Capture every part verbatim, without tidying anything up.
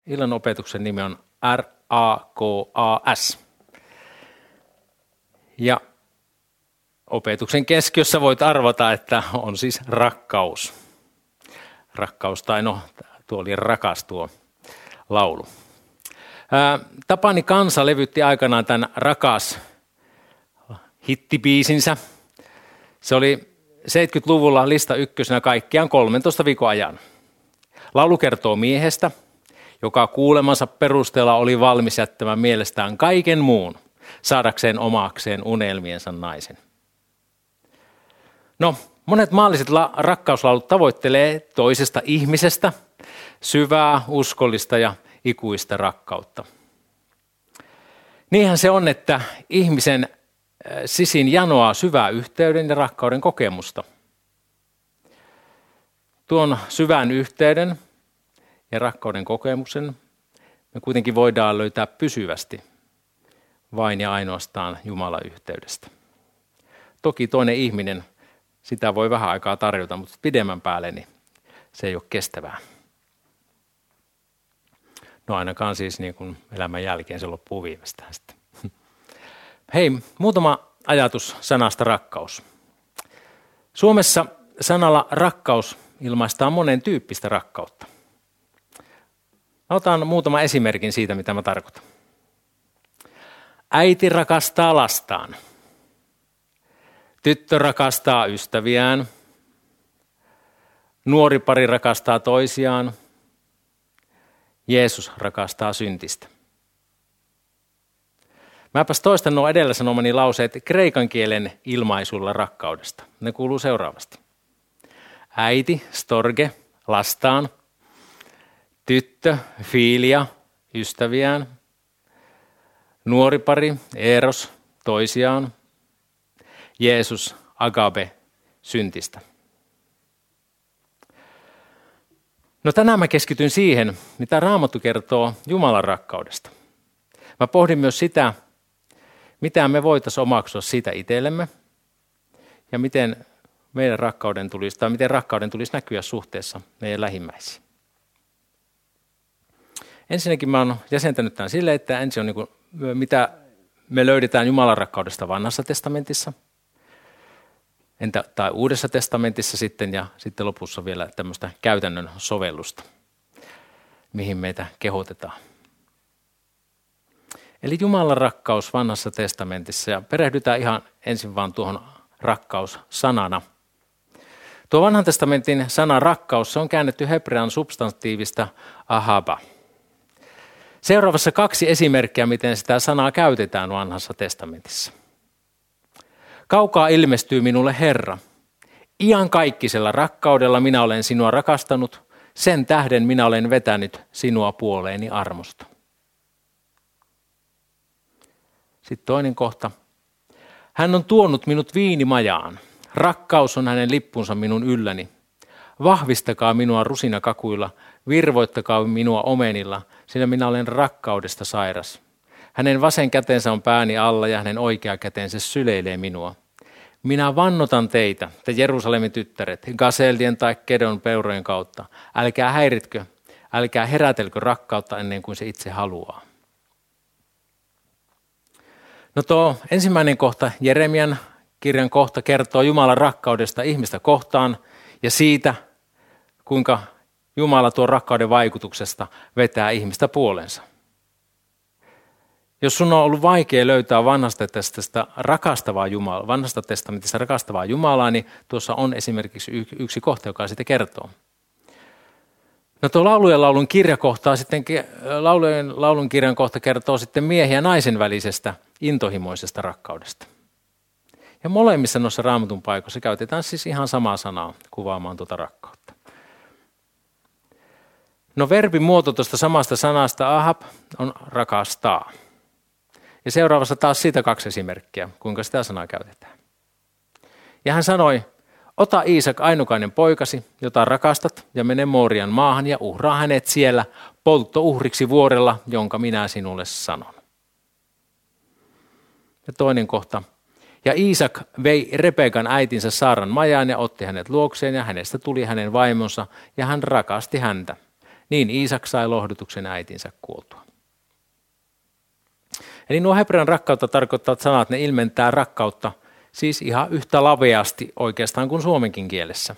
illan opetuksen nimi on R A K A S. Ja opetuksen keskiössä voit arvata, että on siis rakkaus. Rakkaus, tai no, tuo oli rakas tuo laulu. Ää, Tapani Kansa levytti aikanaan tämän Rakas hittibiisinsä. Se oli seitsemänkymmentäluvulla lista ykkösenä kaikkiaan kolmentoista viikon ajan. Laulu kertoo miehestä, joka kuulemansa perusteella oli valmis jättämään mielestään kaiken muun saadakseen omakseen unelmiensa naisen. No, monet maalliset la- rakkauslaulut tavoittelee toisesta ihmisestä syvää, uskollista ja ikuista rakkautta. Niinhän se on, että ihmisen sisin janoaa syvää yhteyden ja rakkauden kokemusta. Tuon syvän yhteyden ja rakkauden kokemuksen me kuitenkin voidaan löytää pysyvästi vain ja ainoastaan Jumalan yhteydestä. Toki toinen ihminen, sitä voi vähän aikaa tarjota, mutta pidemmän päälle niin se ei ole kestävää. No ainakaan siis niin kuin elämän jälkeen se loppuu viimeistään sitten. Hei, muutama ajatus sanasta rakkaus. Suomessa sanalla rakkaus ilmaistaan monen tyyppistä rakkautta. Mä otan muutama esimerkin siitä, mitä mä tarkoitan. Äiti rakastaa lastaan. Tyttö rakastaa ystäviään. Nuori pari rakastaa toisiaan. Jeesus rakastaa syntistä. Mäpäs toistan nuo edellä sanomani lauseet kreikan kielen ilmaisulla rakkaudesta. Ne kuuluu seuraavasti. Äiti, storge, lastaan. Tyttö, filia, ystäviään. Nuori pari, eros, toisiaan. Jeesus, agape, syntistä. No tänään mä keskityn siihen, mitä Raamattu kertoo Jumalan rakkaudesta. Mä pohdin myös sitä, mitä me voitaisiin omaksua siitä itsellemme ja miten meidän rakkauden tulisi, tai miten rakkauden tulisi näkyä suhteessa meidän lähimmäisiin. Ensinnäkin mä oon jäsentänyt tämän silleen, että ensin on niin kuin, mitä me löydetään Jumalan rakkaudesta Vanhassa testamentissa, entä, tai Uudessa testamentissa sitten, ja sitten lopussa vielä tämmöistä käytännön sovellusta, mihin meitä kehotetaan. Eli Jumalan rakkaus Vanhassa testamentissa, ja perehdytään ihan ensin vaan tuohon rakkaus-sanana. Tuo Vanhan testamentin sana rakkaus, se on käännetty hebrean substantiivista ahaba. Seuraavassa kaksi esimerkkiä, miten sitä sanaa käytetään Vanhassa testamentissa. Kaukaa ilmestyy minulle Herra. Iankaikkisella rakkaudella minä olen sinua rakastanut, sen tähden minä olen vetänyt sinua puoleeni armosta. Sitten toinen kohta. Hän on tuonut minut viinimajaan. Rakkaus on hänen lippunsa minun ylläni. Vahvistakaa minua rusinakakuilla, virvoittakaa minua omenilla, sillä minä olen rakkaudesta sairas. Hänen vasen kätensä on pääni alla ja hänen oikea kätensä syleilee minua. Minä vannotan teitä, te Jerusalemin tyttäret, gaseldien tai kedon peurojen kautta. Älkää häiritkö, älkää herätelkö rakkautta ennen kuin se itse haluaa. No tuo ensimmäinen kohta, Jeremian kirjan kohta, kertoo Jumalan rakkaudesta ihmistä kohtaan ja siitä, kuinka Jumala tuon rakkauden vaikutuksesta vetää ihmistä puolensa. Jos sun on ollut vaikea löytää vanhasta testamentista rakastavaa Jumalaa, vanhasta testamentista rakastavaa Jumalaa, niin tuossa on esimerkiksi yksi kohta, joka sitä kertoo. No tuo laulujen laulun kirjakohtaa sitten, laulujen laulun kirjan kohta kertoo sitten miehen ja naisen välisestä intohimoisesta rakkaudesta. Ja molemmissa noissa Raamatun paikoissa käytetään siis ihan samaa sanaa kuvaamaan tuota rakkautta. No verbimuoto tuosta samasta sanasta ahab on rakastaa. Ja seuraavassa taas siitä kaksi esimerkkiä, kuinka sitä sanaa käytetään. Ja hän sanoi, ota Iisak ainukainen poikasi, jota rakastat, ja mene Moorian maahan ja uhraa hänet siellä polttouhriksi vuorella, jonka minä sinulle sanon. Ja toinen kohta. Ja Iisak vei Rebekan äitinsä Saaran majaan ja otti hänet luokseen, ja hänestä tuli hänen vaimonsa, ja hän rakasti häntä. Niin Iisak sai lohdutuksen äitinsä kuoltua. Eli nuo hebrean rakkautta tarkoittavat sanat, ne ilmentää rakkautta siis ihan yhtä laveasti oikeastaan kuin suomenkin kielessä.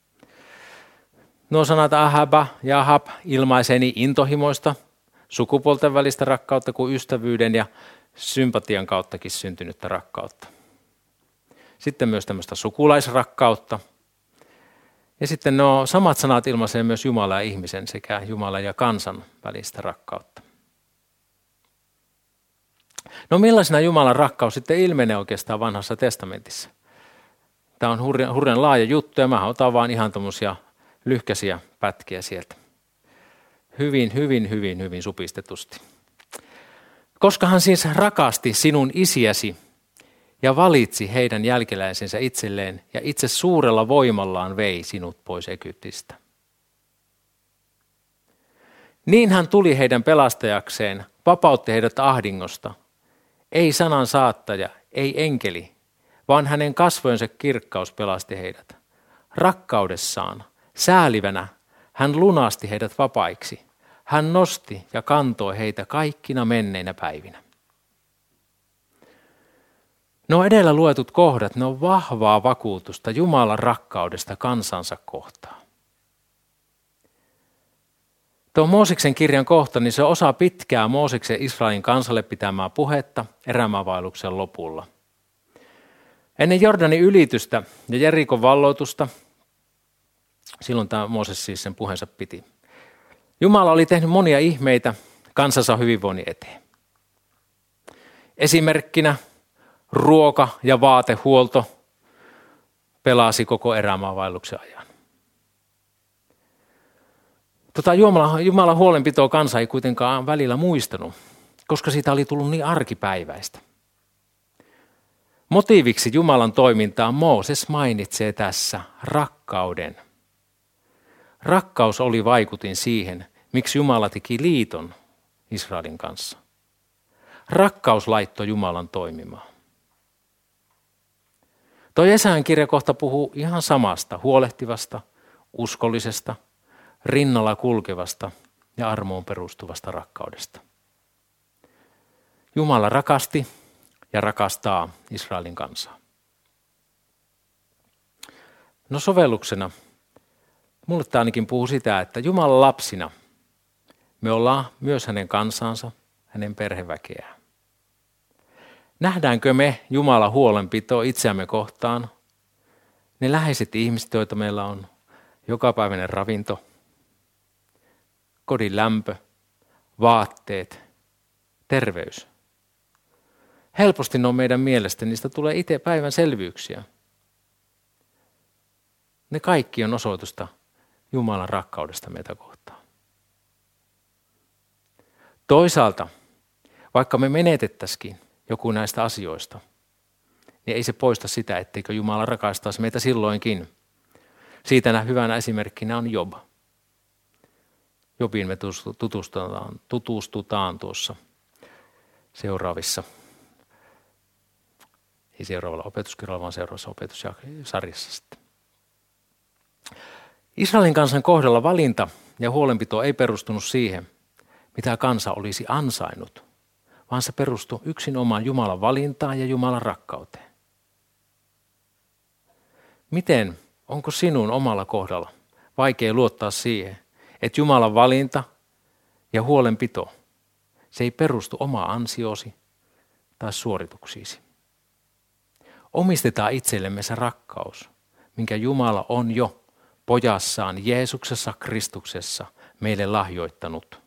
Nuo sanat ahaba ja ahab ilmaisee niin intohimoista, sukupuolten välistä rakkautta kuin ystävyyden ja sympatian kauttakin syntynyttä rakkautta. Sitten myös tämmöistä sukulaisrakkautta. Ja sitten nuo samat sanat ilmaisee myös Jumalan ja ihmisen sekä Jumalan ja kansan välistä rakkautta. No millaisena Jumalan rakkaus sitten ilmenee oikeastaan vanhassa testamentissa? Tämä on hurjan, hurjan laaja juttu ja mä otan vaan ihan tommosia lyhkäisiä pätkiä sieltä. Hyvin, hyvin, hyvin, hyvin supistetusti. Koska hän siis rakasti sinun isiäsi ja valitsi heidän jälkeläisensä itselleen ja itse suurella voimallaan vei sinut pois Egyptistä. Niin hän tuli heidän pelastajakseen, vapautti heidät ahdingosta. Ei sanan saattaja, ei enkeli, vaan hänen kasvojensa kirkkaus pelasti heidät. Rakkaudessaan, säälivänä, hän lunasti heidät vapaiksi. Hän nosti ja kantoi heitä kaikkina menneinä päivinä. Nuo edellä luetut kohdat, ne on vahvaa vakuutusta Jumalan rakkaudesta kansansa kohtaan. Tuo Mooseksen kirjan kohta, niin se on osa pitkää Mooseksen Israelin kansalle pitämää puhetta erämaavaelluksen lopulla. Ennen Jordanin ylitystä ja Jerikon valloitusta, silloin tämä Mooses siis sen puheensa piti. Jumala oli tehnyt monia ihmeitä kansansa hyvinvoinnin eteen. Esimerkkinä ruoka- ja vaatehuolto pelasi koko erämaavaelluksen ajan. Tota Jumalan, Jumalan huolenpitoa kansa ei kuitenkaan välillä muistanut, koska siitä oli tullut niin arkipäiväistä. Motiiviksi Jumalan toimintaan Mooses mainitsee tässä rakkauden. Rakkaus oli vaikutin siihen, miksi Jumala teki liiton Israelin kanssa. Rakkaus laittoi Jumalan toimimaan. Tuo Jesajan kirjakohta puhuu ihan samasta, huolehtivasta, uskollisesta, rinnalla kulkevasta ja armoon perustuvasta rakkaudesta. Jumala rakasti ja rakastaa Israelin kansaa. No sovelluksena, mulle tämä ainakin puhuu sitä, että Jumalan lapsina me ollaan myös hänen kansansa, hänen perheväkeään. Nähdäänkö me Jumalan huolenpitoa itseämme kohtaan? Ne läheiset ihmiset, joita meillä on, jokapäiväinen ravinto, kodin lämpö, vaatteet, terveys. Helposti ne on meidän mielestä, niistä tulee itse päivän selvyyksiä. Ne kaikki on osoitusta Jumalan rakkaudesta meitä kohtaan. Toisaalta, vaikka me menetettäisikin joku näistä asioista, niin ei se poista sitä, etteikö Jumala rakastaisi meitä silloinkin. Siitä hyvänä esimerkkinä on Job. Jobiin me tutustutaan, tutustutaan tuossa seuraavissa, ei seuraavalla opetuskirjalla, vaan seuraavassa opetussarjassa sitten. Israelin kansan kohdalla valinta ja huolenpito ei perustunut siihen, mitä kansa olisi ansainnut, vaan se perustui yksin omaan Jumalan valintaan ja Jumalan rakkauteen. Miten, onko sinun omalla kohdalla vaikea luottaa siihen, että Jumalan valinta ja huolenpito, se ei perustu omaan ansioosi tai suorituksiisi. Omistetaan itsellemme se rakkaus, minkä Jumala on jo pojassaan Jeesuksessa Kristuksessa meille lahjoittanut.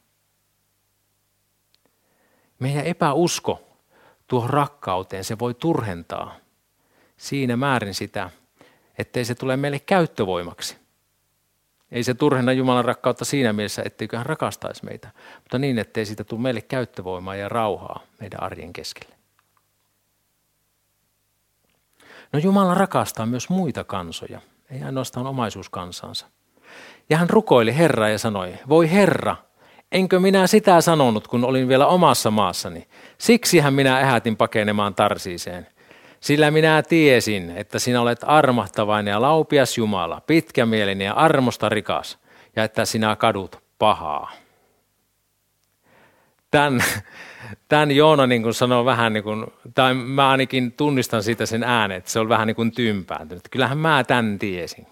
Meidän epäusko tuohon rakkauteen, se voi turhentaa siinä määrin sitä, ettei se tule meille käyttövoimaksi. Ei se turhenna Jumalan rakkautta siinä mielessä, etteikö hän rakastaisi meitä, mutta niin, ettei siitä tule meille käyttövoimaa ja rauhaa meidän arjen keskelle. No Jumala rakastaa myös muita kansoja, ei ainoastaan omaisuuskansansa. Ja hän rukoili Herraa ja sanoi, voi Herra, enkö minä sitä sanonut, kun olin vielä omassa maassani. Siksihän minä ehätin pakenemaan Tarsiiseen. Sillä minä tiesin, että sinä olet armahtavainen ja laupias Jumala, pitkämielinen ja armosta rikas, ja että sinä kadut pahaa. Tämän, tämän Joona niin kuin sanoo vähän, niin kuin, tai mä ainakin tunnistan siitä sen äänen, että se on vähän niin kuin tympääntynyt. Kyllähän mä tämän tiesin.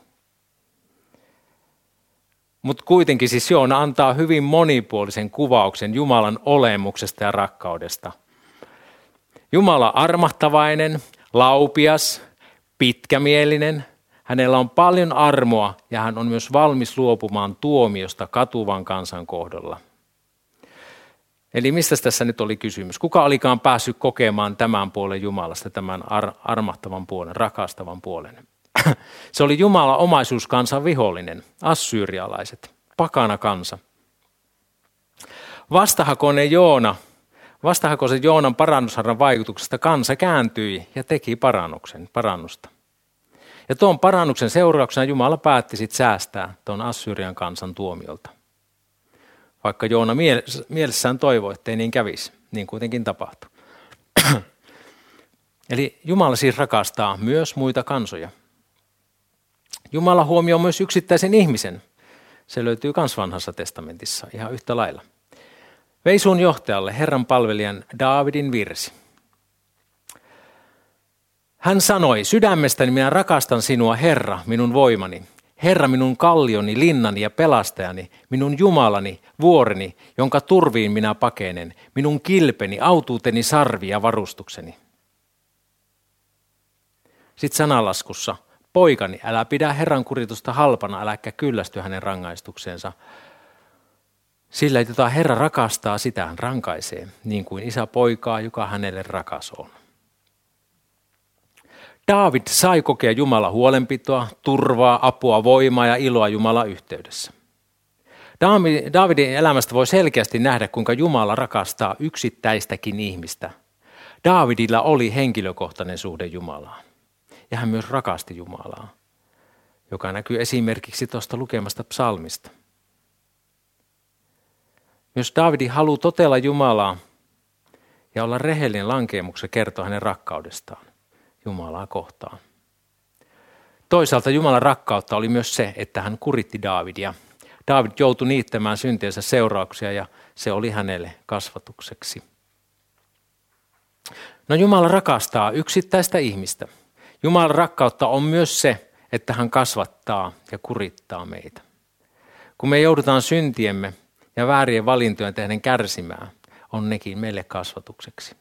Mutta kuitenkin siis Joona antaa hyvin monipuolisen kuvauksen Jumalan olemuksesta ja rakkaudesta. Jumala armahtavainen, laupias, pitkämielinen. Hänellä on paljon armoa ja hän on myös valmis luopumaan tuomiosta katuvan kansan kohdalla. Eli mistä tässä nyt oli kysymys? Kuka olikaan päässyt kokemaan tämän puolen Jumalasta, tämän ar- armahtavan puolen, rakastavan puolen? Se oli Jumalan omaisuuskansan vihollinen, assyrialaiset, pakana kansa. Vastahakoinen Joona, vastahakoisen Joonan parannusharran vaikutuksesta kansa kääntyi ja teki parannuksen, parannusta. Ja tuon parannuksen seurauksena Jumala päätti sitten säästää tuon Assyrian kansan tuomiolta. Vaikka Joona mielessään toivoi, ettei niin kävisi, niin kuitenkin tapahtui. Eli Jumala siis rakastaa myös muita kansoja. Jumala huomioi myös yksittäisen ihmisen. Se löytyy myös Vanhassa testamentissa ihan yhtä lailla. Veisun johtajalle, Herran palvelijan Daavidin virsi. Hän sanoi, sydämestäni minä rakastan sinua, Herra, minun voimani. Herra, minun kallioni, linnani ja pelastajani, minun Jumalani, vuoreni, jonka turviin minä pakenen, minun kilpeni, autuuteni, sarvi ja varustukseni. Sitten sanalaskussa, poikani, älä pidä Herran kuritusta halpana, äläkä kyllästy hänen rangaistukseensa. Sillä, jota Herra rakastaa, sitä hän rankaisee, niin kuin isä poikaa, joka hänelle rakas on. Daavid sai kokea Jumalan huolenpitoa, turvaa, apua, voimaa ja iloa Jumalan yhteydessä. Daavidin elämästä voi selkeästi nähdä, kuinka Jumala rakastaa yksittäistäkin ihmistä. Daavidilla oli henkilökohtainen suhde Jumalaan. Ja hän myös rakasti Jumalaa, joka näkyy esimerkiksi tuosta lukemasta psalmista. Myös Daavidin halu totella Jumalaa ja olla rehellinen lankeemuksessa kertoo hänen rakkaudestaan Jumalaa kohtaan. Toisaalta Jumalan rakkautta oli myös se, että hän kuritti Daavidia. Daavid joutui niittämään syntiensä seurauksia ja se oli hänelle kasvatukseksi. No Jumala rakastaa yksittäistä ihmistä. Jumalan rakkautta on myös se, että hän kasvattaa ja kurittaa meitä. Kun me joudutaan syntiemme ja väärien valintojen tehden kärsimään, on nekin meille kasvatukseksi.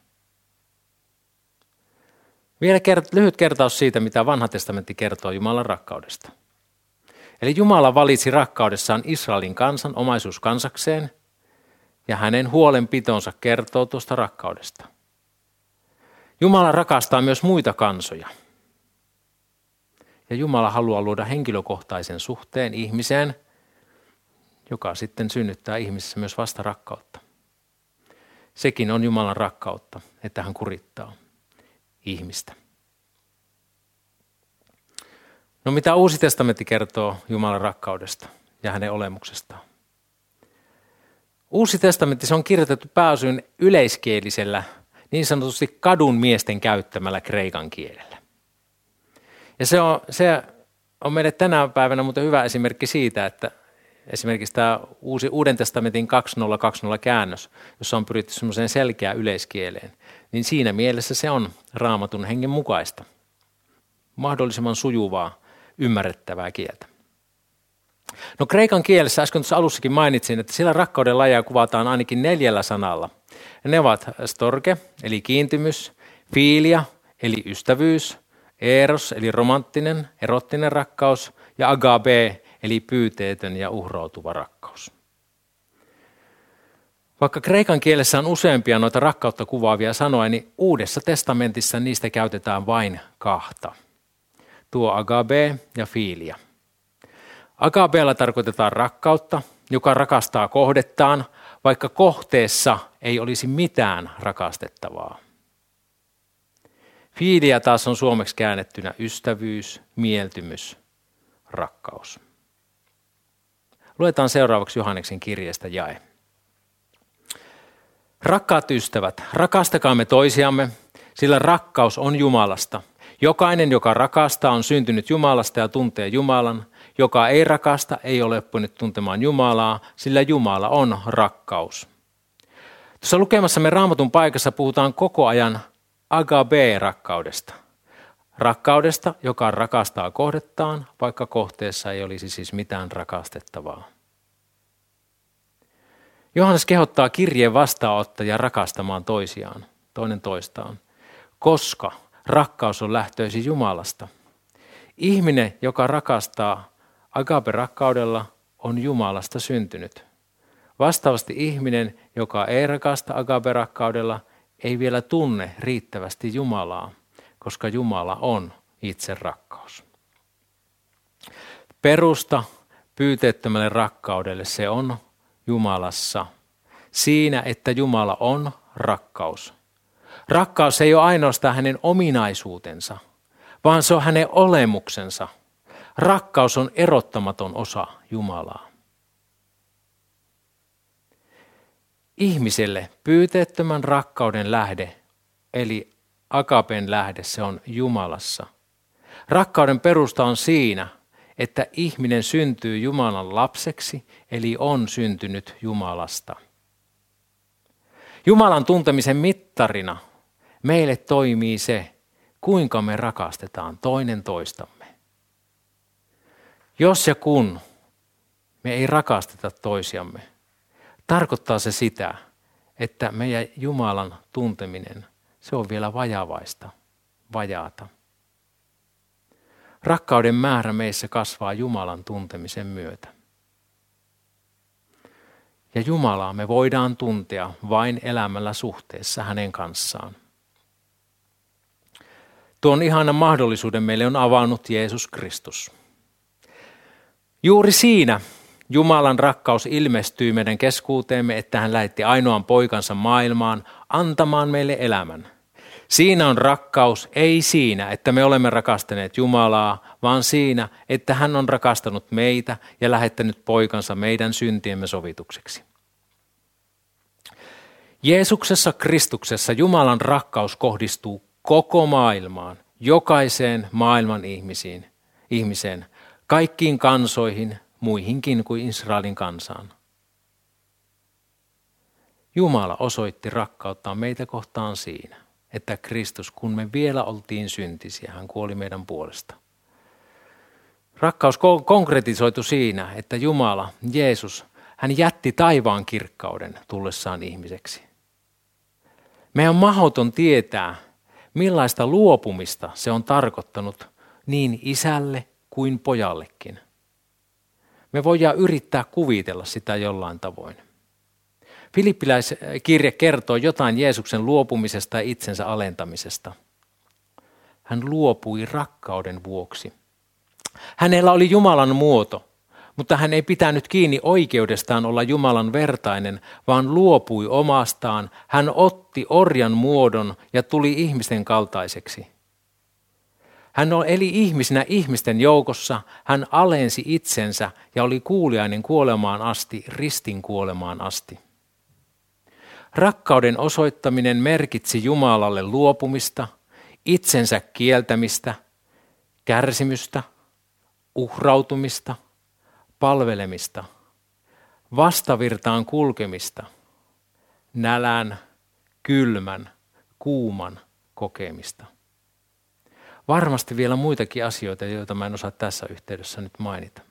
Vielä kert- lyhyt kertaus siitä, mitä Vanha testamentti kertoo Jumalan rakkaudesta. Eli Jumala valitsi rakkaudessaan Israelin kansan omaisuuskansakseen ja hänen huolenpitonsa kertoo tuosta rakkaudesta. Jumala rakastaa myös muita kansoja. Ja Jumala haluaa luoda henkilökohtaisen suhteen ihmiseen, joka sitten synnyttää ihmisessä myös vasta rakkautta. Sekin on Jumalan rakkautta, että hän kurittaa ihmistä. No mitä Uusi testamentti kertoo Jumalan rakkaudesta ja hänen olemuksestaan? Uusi testamentti se on kirjoitettu pääosin yleiskielisellä, niin sanotusti kadun miesten käyttämällä kreikan kielellä. Ja se on, se on meille tänä päivänä muuten hyvä esimerkki siitä, että esimerkiksi tämä uusi Uuden testamentin kaksituhatta kaksikymmentä käännös, jossa on pyritty semmoiseen selkeään yleiskieleen, niin siinä mielessä se on Raamatun hengen mukaista. Mahdollisimman sujuvaa, ymmärrettävää kieltä. No kreikan kielessä, äsken tuossa alussakin mainitsin, että sillä rakkauden lajia kuvataan ainakin neljällä sanalla. Ja ne ovat storge, eli kiintymys, filia, eli ystävyys, eros, eli romanttinen, erottinen rakkaus, ja agape, eli pyyteetön ja uhrautuva rakkaus. Vaikka kreikan kielessä on useampia noita rakkautta kuvaavia sanoja, niin Uudessa testamentissa niistä käytetään vain kahta. Tuo agape ja filia. Agapeella tarkoitetaan rakkautta, joka rakastaa kohdettaan, vaikka kohteessa ei olisi mitään rakastettavaa. Filia taas on suomeksi käännettynä ystävyys, mieltymys, rakkaus. Luetaan seuraavaksi Johanneksen kirjeestä jae. Rakkaat ystävät, rakastakaamme toisiamme, sillä rakkaus on Jumalasta. Jokainen, joka rakastaa, on syntynyt Jumalasta ja tuntee Jumalan. Joka ei rakasta, ei ole oppinut tuntemaan Jumalaa, sillä Jumala on rakkaus. Tuossa lukemassamme Raamatun paikassa puhutaan koko ajan agape-rakkaudesta. Rakkaudesta, joka rakastaa kohdettaan, vaikka kohteessa ei olisi siis mitään rakastettavaa. Johannes kehottaa kirjeen vastaanottajia rakastamaan toisiaan, toinen toistaan, koska rakkaus on lähtöisin Jumalasta. Ihminen, joka rakastaa agape-rakkaudella, on Jumalasta syntynyt. Vastaavasti ihminen, joka ei rakasta agape-rakkaudella, ei vielä tunne riittävästi Jumalaa, koska Jumala on itse rakkaus. Perusta pyyteettömälle rakkaudelle se on Jumalassa. Siinä, että Jumala on rakkaus. Rakkaus ei ole ainoastaan hänen ominaisuutensa, vaan se on hänen olemuksensa. Rakkaus on erottamaton osa Jumalaa. Ihmiselle pyyteettömän rakkauden lähde, eli agapen lähde, se on Jumalassa. Rakkauden perusta on siinä, että ihminen syntyy Jumalan lapseksi, eli on syntynyt Jumalasta. Jumalan tuntemisen mittarina meille toimii se, kuinka me rakastetaan toinen toistamme. Jos ja kun me ei rakasteta toisiamme, tarkoittaa se sitä, että meidän Jumalan tunteminen, se on vielä vajavaista, vajaata. Rakkauden määrä meissä kasvaa Jumalan tuntemisen myötä. Ja Jumalaa me voidaan tuntea vain elämällä suhteessa hänen kanssaan. Tuon ihanan mahdollisuuden meille on avannut Jeesus Kristus. Juuri siinä Jumalan rakkaus ilmestyy meidän keskuuteemme, että hän lähetti ainoan poikansa maailmaan antamaan meille elämän. Siinä on rakkaus, ei siinä, että me olemme rakastaneet Jumalaa, vaan siinä, että hän on rakastanut meitä ja lähettänyt poikansa meidän syntiemme sovitukseksi. Jeesuksessa Kristuksessa Jumalan rakkaus kohdistuu koko maailmaan, jokaiseen maailman ihmisiin, ihmiseen, kaikkiin kansoihin, muihinkin kuin Israelin kansaan. Jumala osoitti rakkauttaan meitä kohtaan siinä, että Kristus, kun me vielä oltiin syntisiä, hän kuoli meidän puolesta. Rakkaus konkretisoitu siinä, että Jumala, Jeesus, hän jätti taivaan kirkkauden tullessaan ihmiseksi. Meidän on mahdoton tietää, millaista luopumista se on tarkoittanut niin isälle kuin pojallekin. Me voidaan yrittää kuvitella sitä jollain tavoin. Filippiläiskirje kertoo jotain Jeesuksen luopumisesta ja itsensä alentamisesta. Hän luopui rakkauden vuoksi. Hänellä oli Jumalan muoto, mutta hän ei pitänyt kiinni oikeudestaan olla Jumalan vertainen, vaan luopui omastaan. Hän otti orjan muodon ja tuli ihmisten kaltaiseksi. Hän eli ihmisenä ihmisten joukossa, hän alensi itsensä ja oli kuuliainen kuolemaan asti, ristin kuolemaan asti. Rakkauden osoittaminen merkitsi Jumalalle luopumista, itsensä kieltämistä, kärsimystä, uhrautumista, palvelemista, vastavirtaan kulkemista, nälän, kylmän, kuuman kokemista. Varmasti vielä muitakin asioita, joita mä en osaa tässä yhteydessä nyt mainita.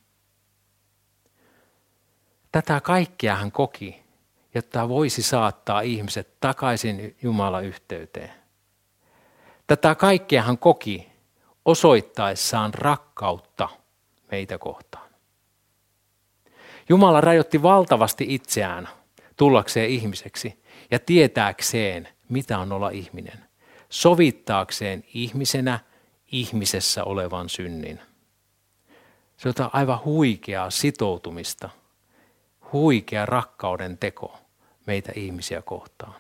Tätä kaikkea hän koki, jotta voisi saattaa ihmiset takaisin Jumalan yhteyteen. Tätä kaikkea hän koki osoittaessaan rakkautta meitä kohtaan. Jumala rajoitti valtavasti itseään tullakseen ihmiseksi ja tietääkseen, mitä on olla ihminen. Sovittaakseen ihmisenä ihmisessä olevan synnin. Se on aivan huikeaa sitoutumista, huikea rakkauden teko meitä ihmisiä kohtaan.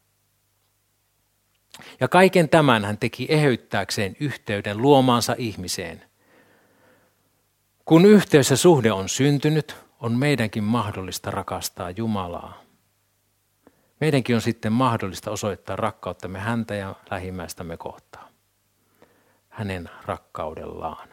Ja kaiken tämän hän teki eheyttääkseen yhteyden luomaansa ihmiseen. Kun yhteys ja suhde on syntynyt, on meidänkin mahdollista rakastaa Jumalaa. Meidänkin on sitten mahdollista osoittaa rakkauttamme häntä ja lähimmäistämme kohtaan. hänen rakkaudellaan.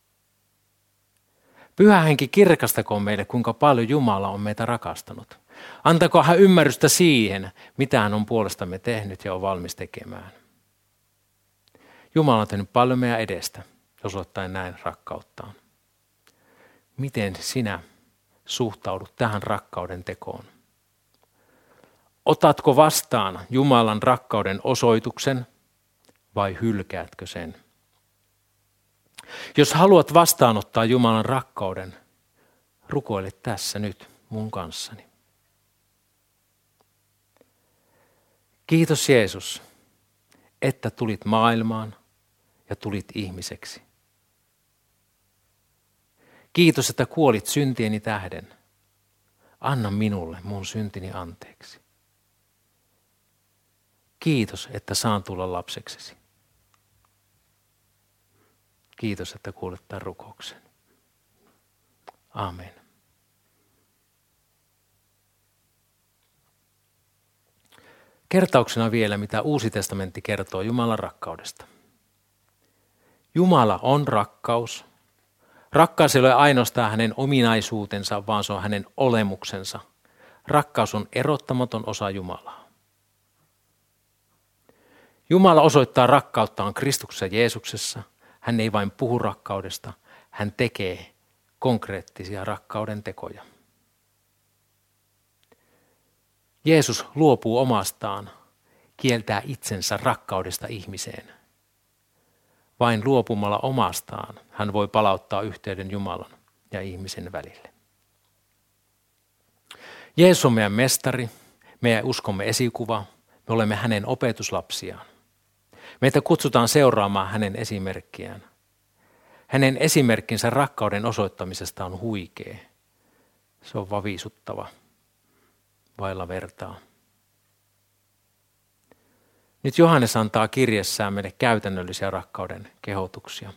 Pyhä Henki kirkastakoon meille, kuinka paljon Jumala on meitä rakastanut. Antakoon hän ymmärrystä siihen, mitä hän on puolestamme tehnyt ja on valmis tekemään. Jumala on tehnyt paljon meidän edestä, osoittaen näin rakkauttaan. Miten sinä suhtaudut tähän rakkauden tekoon? Otatko vastaan Jumalan rakkauden osoituksen vai hylkäätkö sen? Jos haluat vastaanottaa Jumalan rakkauden, rukoile tässä nyt mun kanssani. Kiitos Jeesus, että tulit maailmaan ja tulit ihmiseksi. Kiitos, että kuolit syntieni tähden. Anna minulle mun syntini anteeksi. Kiitos, että saan tulla lapseksesi. Kiitos, että kuulet tämän rukouksen. Amen. Kertauksena vielä, mitä Uusi testamentti kertoo Jumalan rakkaudesta. Jumala on rakkaus. Rakkaus ei ole ainoastaan hänen ominaisuutensa, vaan se on hänen olemuksensa. Rakkaus on erottamaton osa Jumalaa. Jumala osoittaa rakkauttaan Kristuksessa Jeesuksessa. Hän ei vain puhu rakkaudesta, hän tekee konkreettisia rakkauden tekoja. Jeesus luopuu omastaan, kieltää itsensä rakkaudesta ihmiseen. Vain luopumalla omastaan hän voi palauttaa yhteyden Jumalan ja ihmisen välille. Jeesus on meidän mestari, meidän uskomme esikuva, me olemme hänen opetuslapsiaan. Meitä kutsutaan seuraamaan hänen esimerkkiään. Hänen esimerkkinsä rakkauden osoittamisesta on huikea. Se on vavisuttava, vailla vertaa. Nyt Johannes antaa kirjessään meille käytännöllisiä rakkauden kehotuksia.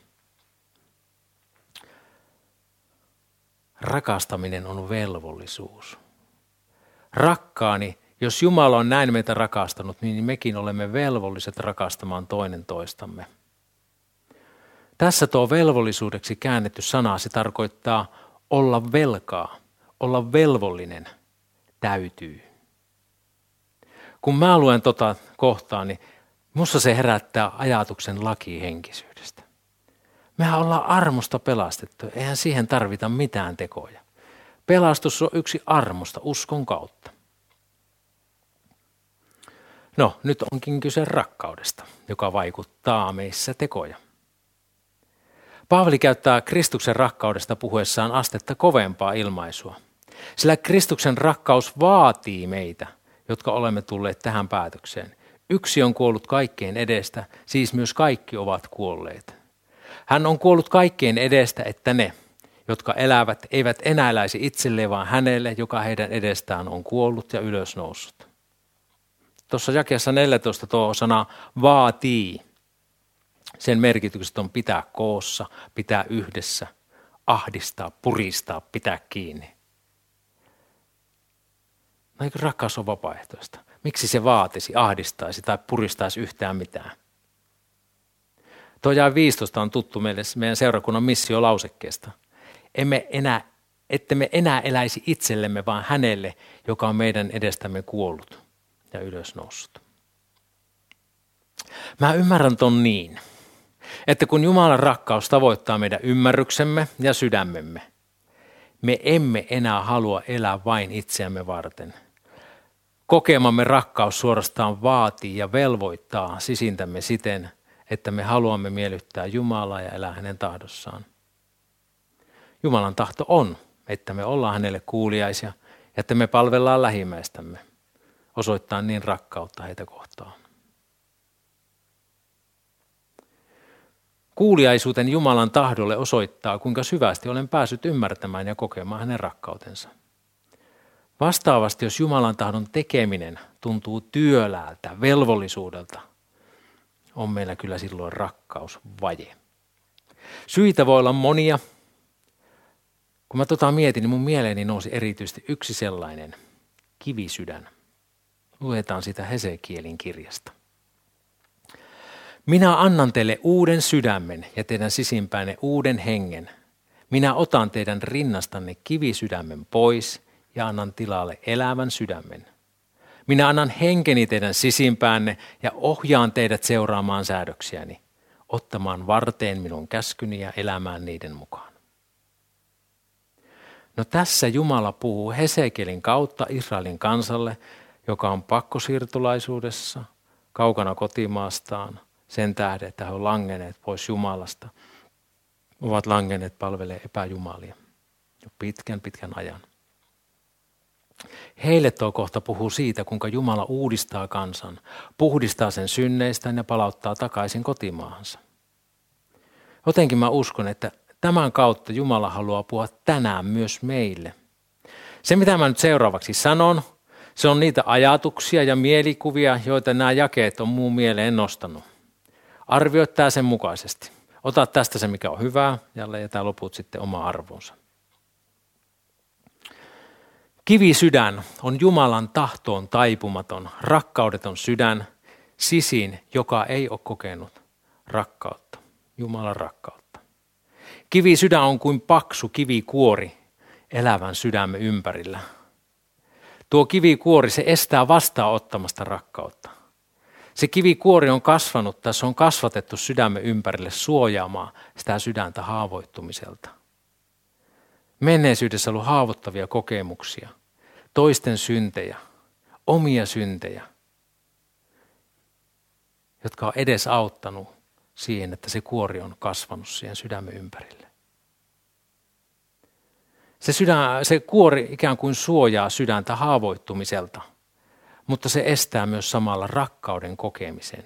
Rakastaminen on velvollisuus. Rakkaani, jos Jumala on näin meitä rakastanut, niin mekin olemme velvolliset rakastamaan toinen toistamme. Tässä tuo velvollisuudeksi käännetty sana, se tarkoittaa olla velkaa, olla velvollinen, täytyy. Kun mä luen tota kohtaa, niin musta se herättää ajatuksen lakihenkisyydestä. Mehän ollaan armosta pelastettu, eihän siihen tarvita mitään tekoja. Pelastus on yksi armosta, uskon kautta. No, nyt onkin kyse rakkaudesta, joka vaikuttaa meissä tekoja. Paavali käyttää Kristuksen rakkaudesta puhuessaan astetta kovempaa ilmaisua, sillä Kristuksen rakkaus vaatii meitä, jotka olemme tulleet tähän päätökseen. Yksi on kuollut kaikkeen edestä, siis myös kaikki ovat kuolleet. Hän on kuollut kaikkeen edestä, että ne, jotka elävät, eivät enää eläisi itselleen, vaan hänelle, joka heidän edestään on kuollut ja ylösnoussut. Tuossa jakeessa neljätoista tuo sana vaatii. Sen merkitykset on pitää koossa, pitää yhdessä, ahdistaa, puristaa, pitää kiinni. No eikö rakkaus ole vapaaehtoista? Miksi se vaatisi, ahdistaisi tai puristaisi yhtään mitään? Tuo jae viisitoista on tuttu meille meidän seurakunnan missiolausekkeesta. Emme enää, ette me enää eläisi itsellemme, vaan hänelle, joka on meidän edestämme kuollut ja ylösnoussut. Mä ymmärrän ton niin, että kun Jumalan rakkaus tavoittaa meidän ymmärryksemme ja sydämemme, me emme enää halua elää vain itseämme varten. Kokemamme rakkaus suorastaan vaatii ja velvoittaa sisintämme siten, että me haluamme miellyttää Jumalaa ja elää hänen tahdossaan. Jumalan tahto on, että me ollaan hänelle kuuliaisia ja että me palvellaan lähimmäistämme, osoittaa niin rakkautta heitä kohtaan. Kuuliaisuuten Jumalan tahdolle osoittaa, kuinka syvästi olen päässyt ymmärtämään ja kokemaan hänen rakkautensa. Vastaavasti, jos Jumalan tahdon tekeminen tuntuu työläältä, velvollisuudelta, on meillä kyllä silloin rakkausvaje. Syitä voi olla monia. Kun mä tota mietin, niin mun mieleeni nousi erityisesti yksi sellainen, kivisydän. Luetaan sitä Hesekielin kirjasta. Minä annan teille uuden sydämen ja teidän sisimpäänne uuden hengen. Minä otan teidän rinnastanne kivisydämen pois ja annan tilalle elävän sydämen. Minä annan henkeni teidän sisimpäänne ja ohjaan teidät seuraamaan säädöksiäni, ottamaan varteen minun käskyni ja elämään niiden mukaan. No tässä Jumala puhuu Hesekielin kautta Israelin kansalle, joka on pakkosiirtolaisuudessa, kaukana kotimaastaan, sen tähden, että he ovat langenneet pois Jumalasta, ovat langenneet palvelemaan epäjumalia jo pitkän pitkän ajan. Heille tuo kohta puhuu siitä, kuinka Jumala uudistaa kansan, puhdistaa sen synneistään ja palauttaa takaisin kotimaahansa. Jotenkin mä uskon, että tämän kautta Jumala haluaa puhua tänään myös meille. Se, mitä mä nyt seuraavaksi sanon, se on niitä ajatuksia ja mielikuvia, joita nämä jakeet on muun mieleen nostanut. Arvioi tää sen mukaisesti. Ota tästä se, mikä on hyvää, ja jätä loput sitten oma arvonsa. Kivisydän on Jumalan tahtoon taipumaton, rakkaudeton sydän, sisin, joka ei ole kokenut rakkautta, Jumalan rakkautta. Kivisydän on kuin paksu kivikuori elävän sydämen ympärillä. Tuo kivikuori, se estää vastaanottamasta rakkautta. Se kivikuori on kasvanut tai se on kasvatettu sydämen ympärille suojaamaan sitä sydäntä haavoittumiselta. Menneisyydessä on ollut haavoittavia kokemuksia, toisten syntejä, omia syntejä, jotka on edes auttanut siihen, että se kuori on kasvanut siihen sydämen ympärille. Se, sydän, se kuori ikään kuin suojaa sydäntä haavoittumiselta, mutta se estää myös samalla rakkauden kokemisen.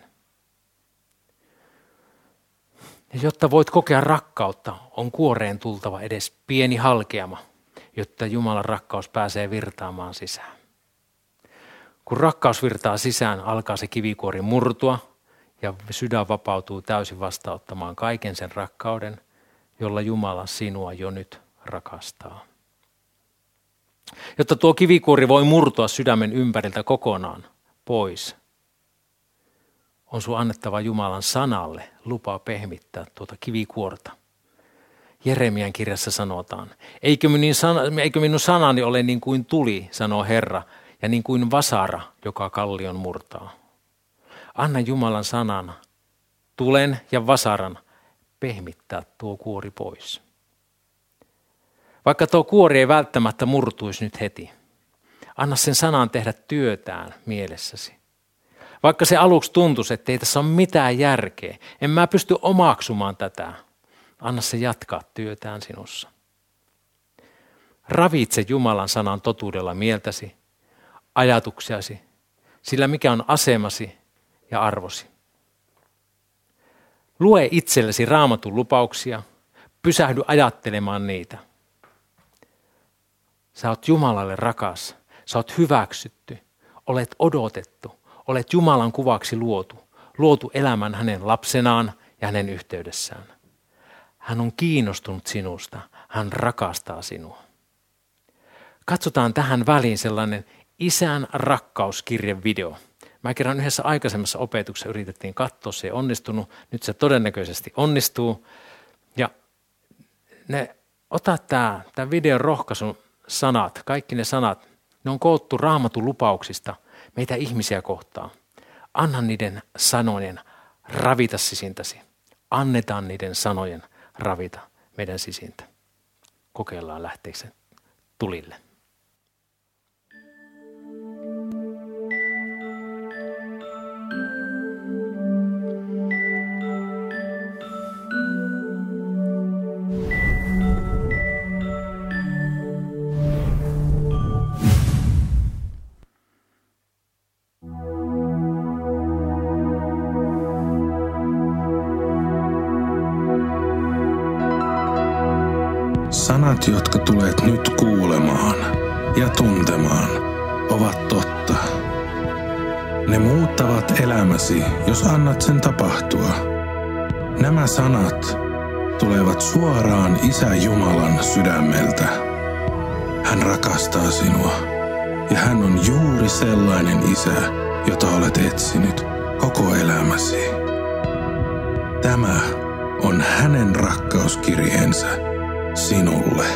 Ja jotta voit kokea rakkautta, on kuoreen tultava edes pieni halkeama, jotta Jumalan rakkaus pääsee virtaamaan sisään. Kun rakkaus virtaa sisään, alkaa se kivikuori murtua ja sydän vapautuu täysin vastaanottamaan kaiken sen rakkauden, jolla Jumala sinua jo nyt rakastaa. Jotta tuo kivikuori voi murtua sydämen ympäriltä kokonaan pois, on sun annettava Jumalan sanalle lupa pehmittää tuota kivikuorta. Jeremian kirjassa sanotaan, eikö minun, sana, eikö minun sanani ole niin kuin tuli, sanoo Herra, ja niin kuin vasara, joka kallion murtaa. Anna Jumalan sanan, tulen ja vasaran pehmittää tuo kuori pois. Vaikka tuo kuori ei välttämättä murtuisi nyt heti, anna sen sanan tehdä työtään mielessäsi. Vaikka se aluksi tuntuisi, että ei tässä ole mitään järkeä, en mä pysty omaksumaan tätä, anna se jatkaa työtään sinussa. Ravitse Jumalan sanan totuudella mieltäsi, ajatuksiasi, sillä mikä on asemasi ja arvosi. Lue itsellesi Raamatun lupauksia, pysähdy ajattelemaan niitä. Sä oot Jumalalle rakas, sä oot hyväksytty, olet odotettu, olet Jumalan kuvaksi luotu, luotu elämän hänen lapsenaan ja hänen yhteydessään. Hän on kiinnostunut sinusta, hän rakastaa sinua. Katsotaan tähän väliin sellainen Isän rakkauskirjevideo. Mä kerran yhdessä aikaisemmassa opetuksessa yritettiin katsoa, se ei onnistunut, nyt se todennäköisesti onnistuu. Ja ne, ota tämä, tämä videon rohkaisun sanat, kaikki ne sanat, ne on koottu Raamatun lupauksista meitä ihmisiä kohtaan. Anna niiden sanojen ravita sisintäsi. Annetaan niiden sanojen ravita meidän sisintä. Kokeillaan lähteekö se tulille. Sanat, jotka tulet nyt kuulemaan ja tuntemaan, ovat totta. Ne muuttavat elämäsi, jos annat sen tapahtua. Nämä sanat tulevat suoraan Isä Jumalan sydämeltä. Hän rakastaa sinua ja hän on juuri sellainen Isä, jota olet etsinyt koko elämäsi. Tämä on hänen rakkauskirjeensä sinulle.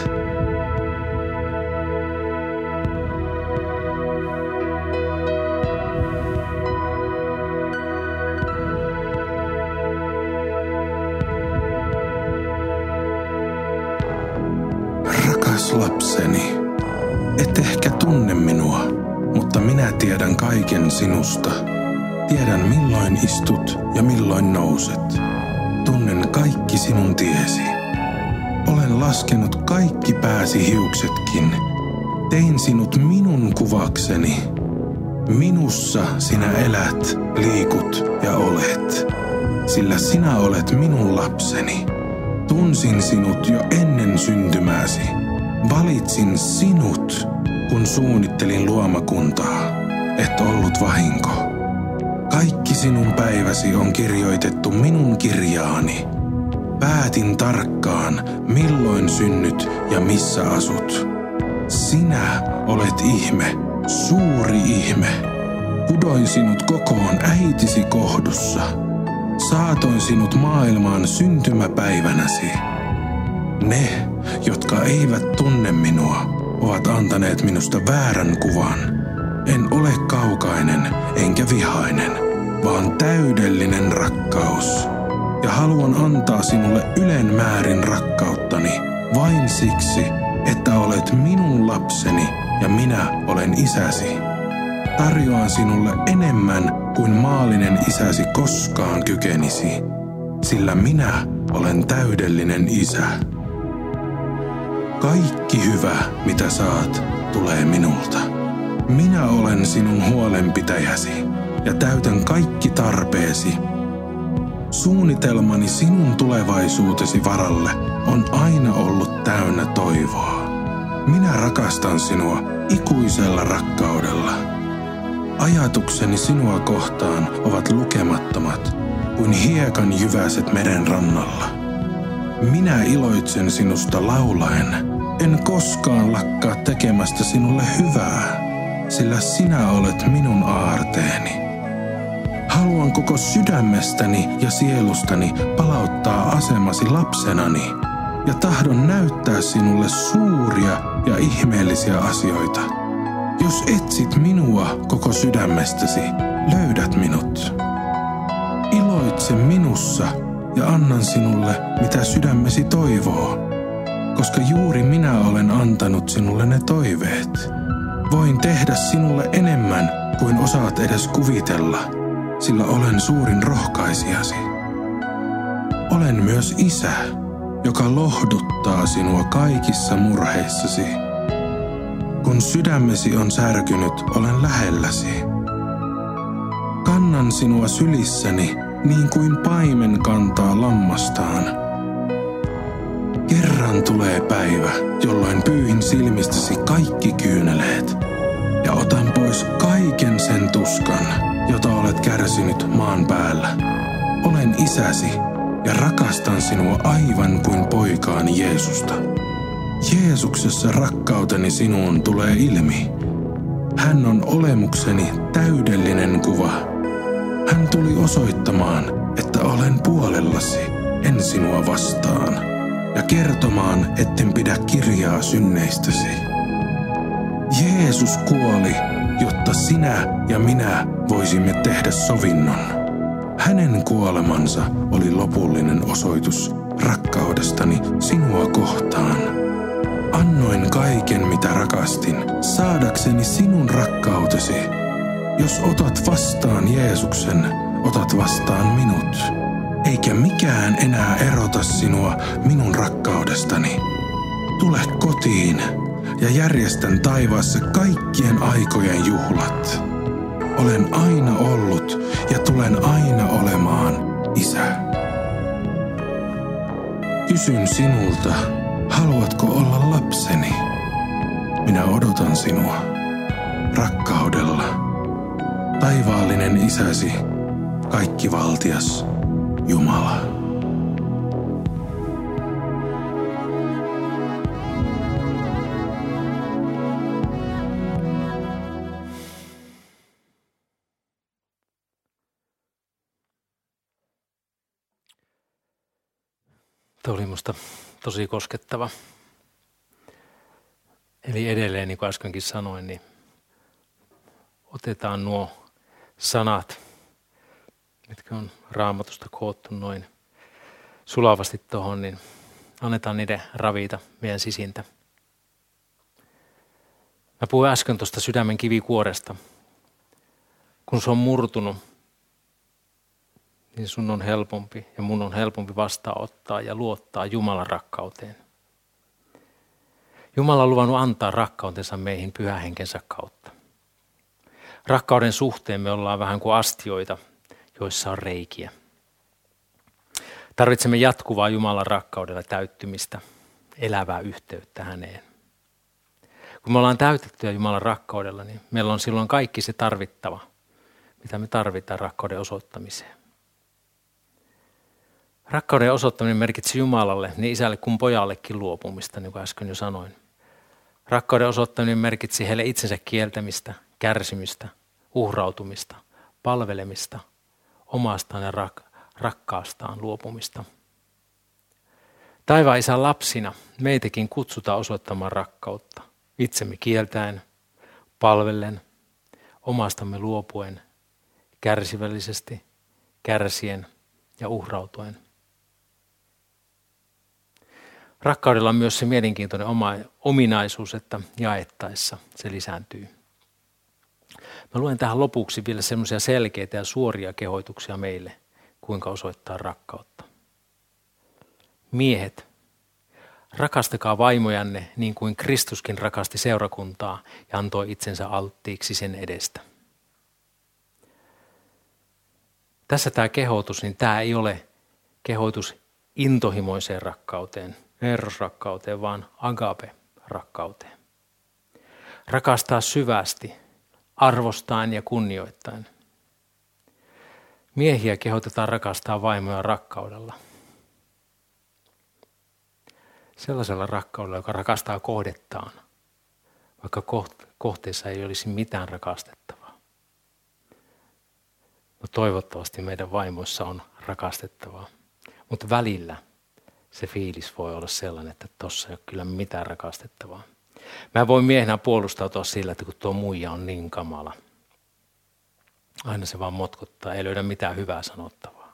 Rakas lapseni, et ehkä tunne minua, mutta minä tiedän kaiken sinusta. Tiedän milloin istut ja milloin nouset. Tunnen kaikki sinun tiesi. Olen laskenut kaikki pääsi hiuksetkin. Tein sinut minun kuvakseni. Minussa sinä elät, liikut ja olet. Sillä sinä olet minun lapseni. Tunsin sinut jo ennen syntymääsi. Valitsin sinut, kun suunnittelin luomakuntaa. Et ollut vahinko. Kaikki sinun päiväsi on kirjoitettu minun kirjaani. Päätin tarkkaan, milloin synnyt ja missä asut. Sinä olet ihme, suuri ihme. Kudoin sinut kokoon äitisi kohdussa. Saatoin sinut maailmaan syntymäpäivänäsi. Ne, jotka eivät tunne minua, ovat antaneet minusta väärän kuvan. En ole kaukainen enkä vihainen, vaan täydellinen rakkaus. Ja haluan antaa sinulle ylen määrin rakkauttani vain siksi, että olet minun lapseni ja minä olen isäsi. Tarjoan sinulle enemmän kuin maallinen isäsi koskaan kykenisi, sillä minä olen täydellinen isä. Kaikki hyvä, mitä saat, tulee minulta. Minä olen sinun huolenpitäjäsi ja täytän kaikki tarpeesi. Suunnitelmani sinun tulevaisuutesi varalle on aina ollut täynnä toivoa. Minä rakastan sinua ikuisella rakkaudella. Ajatukseni sinua kohtaan ovat lukemattomat kuin hiekan jyväset meren rannalla. Minä iloitsen sinusta laulaen, en koskaan lakkaa tekemästä sinulle hyvää, sillä sinä olet minun aarteeni. Haluan koko sydämestäni ja sielustani palauttaa asemasi lapsenani ja tahdon näyttää sinulle suuria ja ihmeellisiä asioita. Jos etsit minua koko sydämestäsi, löydät minut. Iloitse minussa ja annan sinulle, mitä sydämesi toivoo, koska juuri minä olen antanut sinulle ne toiveet. Voin tehdä sinulle enemmän kuin osaat edes kuvitella, sillä olen suurin rohkaisijasi. Olen myös isä, joka lohduttaa sinua kaikissa murheissasi. Kun sydämesi on särkynyt, olen lähelläsi. Kannan sinua sylissäni niin kuin paimen kantaa lammastaan. Kerran tulee päivä, jolloin pyyhin silmistäsi kaikki kyyneleet ja otan pois kaiken sen tuskan, jota olet kärsinyt maan päällä. Olen isäsi ja rakastan sinua aivan kuin poikaani Jeesusta. Jeesuksessa rakkauteni sinuun tulee ilmi. Hän on olemukseni täydellinen kuva. Hän tuli osoittamaan, että olen puolellasi, en sinua vastaan, ja kertomaan, etten pidä kirjaa synneistäsi. Jeesus kuoli, jotta sinä ja minä voisimme tehdä sovinnon. Hänen kuolemansa oli lopullinen osoitus rakkaudestani sinua kohtaan. Annoin kaiken, mitä rakastin, saadakseni sinun rakkautesi. Jos otat vastaan Jeesuksen, otat vastaan minut. Eikä mikään enää erota sinua minun rakkaudestani. Tule kotiin ja järjestän taivaassa kaikkien aikojen juhlat. Olen aina ollut ja tulen aina olemaan isä. Kysyn sinulta, haluatko olla lapseni? Minä odotan sinua rakkaudella. Taivaallinen isäsi, kaikkivaltias Jumala. Tuo oli musta tosi koskettava. Eli edelleen, niin kuin äskenkin sanoin, niin otetaan nuo sanat, mitkä on Raamatusta koottu noin sulavasti tuohon, niin annetaan niiden ravita meidän sisintä. Mä puhuin äsken tuosta sydämen kivikuoresta. Kun se on murtunut, niin sun on helpompi ja mun on helpompi vastaanottaa ja luottaa Jumalan rakkauteen. Jumala on luvannut antaa rakkautensa meihin pyhän henkensä kautta. Rakkauden suhteen me ollaan vähän kuin astioita, joissa on reikiä. Tarvitsemme jatkuvaa Jumalan rakkaudella täyttymistä, elävää yhteyttä häneen. Kun me ollaan täytettyjä Jumalan rakkaudella, niin meillä on silloin kaikki se tarvittava, mitä me tarvitaan rakkauden osoittamiseen. Rakkauden osoittaminen merkitsi Jumalalle, niin isälle kuin pojallekin luopumista, niin kuin äsken jo sanoin. Rakkauden osoittaminen merkitsi heille itsensä kieltämistä, kärsimistä, uhrautumista, palvelemista, omastaan ja rak- rakkaastaan luopumista. Taivaan isän lapsina meitäkin kutsutaan osoittamaan rakkautta, itsemme kieltäen, palvellen, omastamme luopuen, kärsivällisesti, kärsien ja uhrautuen. Rakkaudella on myös se mielenkiintoinen oma ominaisuus, että jaettaessa se lisääntyy. Mä luen tähän lopuksi vielä semmoisia selkeitä ja suoria kehoituksia meille, kuinka osoittaa rakkautta. Miehet, rakastakaa vaimojanne niin kuin Kristuskin rakasti seurakuntaa ja antoi itsensä alttiiksi sen edestä. Tässä tämä kehotus, niin tämä ei ole kehotus intohimoiseen rakkauteen, erosrakkauteen, vaan agape-rakkauteen. Rakastaa syvästi, arvostaen ja kunnioittaen. Miehiä kehotetaan rakastaa vaimoja rakkaudella. Sellaisella rakkaudella, joka rakastaa kohdettaan, vaikka kohteessa ei olisi mitään rakastettavaa. No toivottavasti meidän vaimoissa on rakastettavaa, mutta välillä se fiilis voi olla sellainen, että tuossa ei ole kyllä mitään rakastettavaa. Mä voin miehenä puolustautua sillä, että kun tuo muija on niin kamala. Aina se vaan motkottaa, ei löydä mitään hyvää sanottavaa.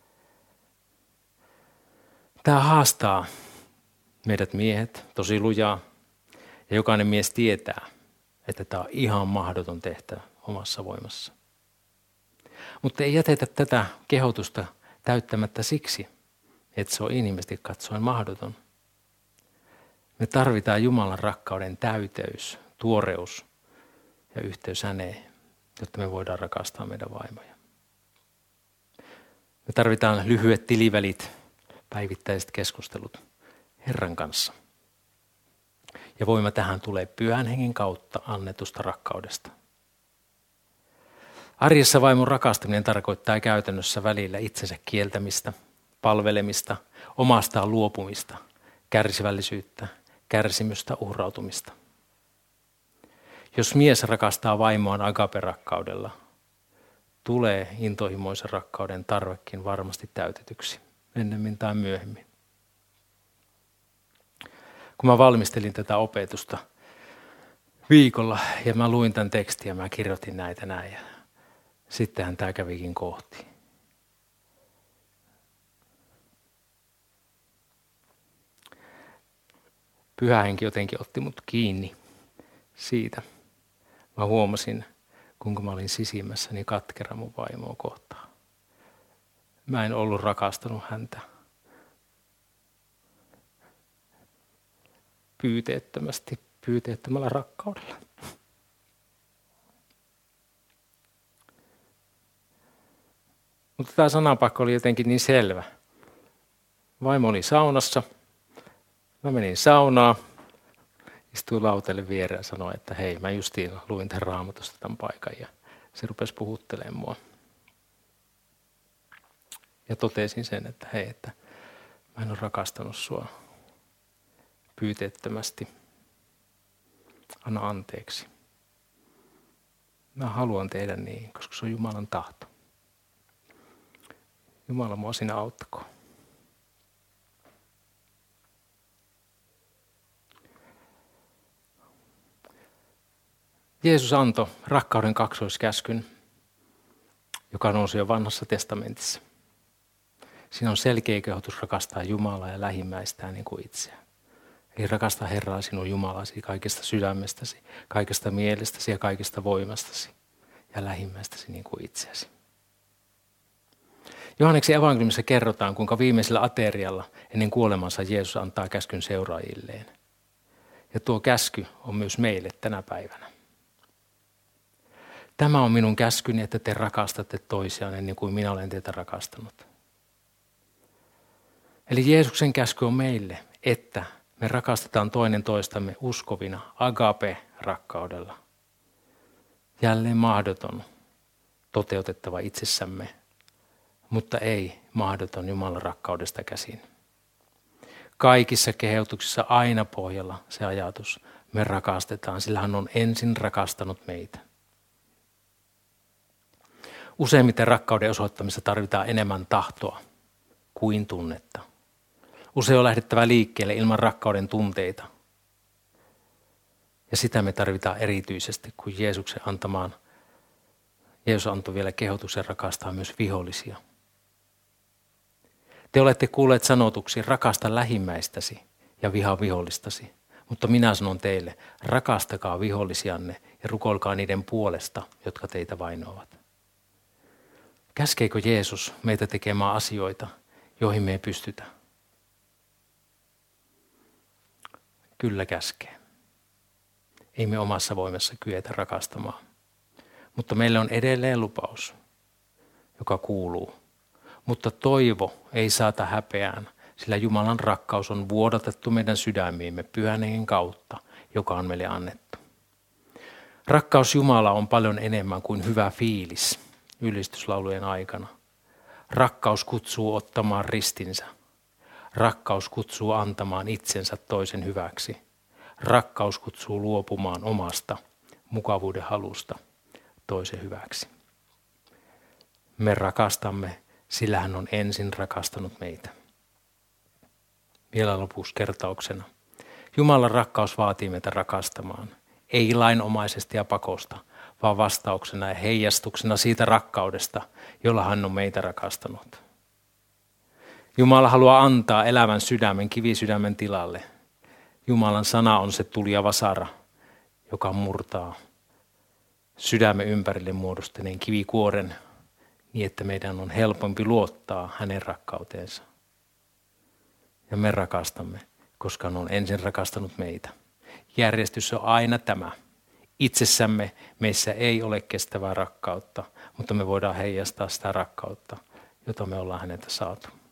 Tämä haastaa meidät miehet tosi lujaa ja jokainen mies tietää, että tämä on ihan mahdoton tehtävä omassa voimassa. Mutta ei jätetä tätä kehotusta täyttämättä siksi, että se on inhimillisesti katsoen mahdoton. Me tarvitaan Jumalan rakkauden täyteys, tuoreus ja yhteys häneen, jotta me voidaan rakastaa meidän vaimoja. Me tarvitaan lyhyet tilivälit, päivittäiset keskustelut Herran kanssa. Ja voima tähän tulee Pyhän Hengen kautta annetusta rakkaudesta. Arjessa vaimon rakastaminen tarkoittaa käytännössä välillä itsensä kieltämistä, palvelemista, omastaan luopumista, kärsivällisyyttä, kärsimystä, uhrautumista. Jos mies rakastaa vaimoaan agape-rakkaudella, tulee intohimoisen rakkauden tarvekin varmasti täytetyksi, ennemmin tai myöhemmin. Kun mä valmistelin tätä opetusta viikolla ja mä luin tämän tekstin ja mä kirjoitin näitä näin ja sittenhän tämä kävikin kohti. Pyhä Henki jotenkin otti mut kiinni siitä. Mä huomasin, kuinka mä olin sisimmässäni katkera mun vaimoa kohtaan. Mä en ollut rakastanut häntä pyyteettömästi, pyyteettömällä rakkaudella. Mutta tämä sanapakko oli jotenkin niin selvä. Vaimo oli saunassa. Mä menin saunaan, istuin lautelle viereen ja sanoin, että hei, mä justiin luin tämän Raamatusta tämän paikan ja se rupesi puhuttelemaan mua. Ja totesin sen, että hei, että mä en ole rakastanut sua pyyteettömästi. Anna anteeksi. Mä haluan tehdä niin, koska se on Jumalan tahto. Jumala mua sinä auttakoon. Jeesus antoi rakkauden kaksoiskäskyn, joka nousi jo vanhassa testamentissa. Siinä on selkeä kehotus rakastaa Jumalaa ja lähimmäistään niin kuin itseään. Eli rakasta Herraa sinun Jumalasi kaikesta sydämestäsi, kaikesta mielestäsi ja kaikesta voimastasi ja lähimmäistäsi niin kuin itseäsi. Johanneksen evankeliumissa kerrotaan, kuinka viimeisellä aterialla ennen kuolemansa Jeesus antaa käskyn seuraajilleen. Ja tuo käsky on myös meille tänä päivänä. Tämä on minun käskyni, että te rakastatte toisiaan niin kuin minä olen teitä rakastanut. Eli Jeesuksen käsky on meille, että me rakastetaan toinen toistamme uskovina agape-rakkaudella. Jälleen mahdoton toteutettava itsessämme, mutta ei mahdoton Jumalan rakkaudesta käsin. Kaikissa kehotuksissa aina pohjalla se ajatus, me rakastetaan, sillä hän on ensin rakastanut meitä. Useimmiten rakkauden osoittamista tarvitaan enemmän tahtoa kuin tunnetta. Usein on lähdettävä liikkeelle ilman rakkauden tunteita. Ja sitä me tarvitaan erityisesti, kun Jeesuksen antamaan, Jeesus antoi vielä kehotuksen rakastaa myös vihollisia. Te olette kuulleet sanotuksi, rakasta lähimmäistäsi ja vihaa vihollistasi. Mutta minä sanon teille, rakastakaa vihollisianne ja rukoilkaa niiden puolesta, jotka teitä vainoavat. Käskeekö Jeesus meitä tekemään asioita, joihin me ei pystytä? Kyllä käskee. Ei me omassa voimassa kyetä rakastamaan. Mutta meille on edelleen lupaus, joka kuuluu. Mutta toivo ei saata häpeään, sillä Jumalan rakkaus on vuodatettu meidän sydämiimme Pyhän Hengen kautta, joka on meille annettu. Rakkaus Jumala on paljon enemmän kuin hyvä fiilis ylistyslaulujen aikana. Rakkaus kutsuu ottamaan ristinsä. Rakkaus kutsuu antamaan itsensä toisen hyväksi. Rakkaus kutsuu luopumaan omasta mukavuuden halusta toisen hyväksi. Me rakastamme, sillä hän on ensin rakastanut meitä. Vielä lopuksi kertauksena. Jumalan rakkaus vaatii meitä rakastamaan. Ei lainomaisesti ja pakosta, vaan vastauksena ja heijastuksena siitä rakkaudesta, jolla hän on meitä rakastanut. Jumala haluaa antaa elävän sydämen kivisydämen tilalle. Jumalan sana on se tuli vasara, joka murtaa sydämen ympärille muodostuneen kivikuoren niin, että meidän on helpompi luottaa hänen rakkauteensa. Ja me rakastamme, koska hän on ensin rakastanut meitä. Järjestys on aina tämä. Itsessämme meissä ei ole kestävää rakkautta, mutta me voidaan heijastaa sitä rakkautta, jota me ollaan häneltä saatu.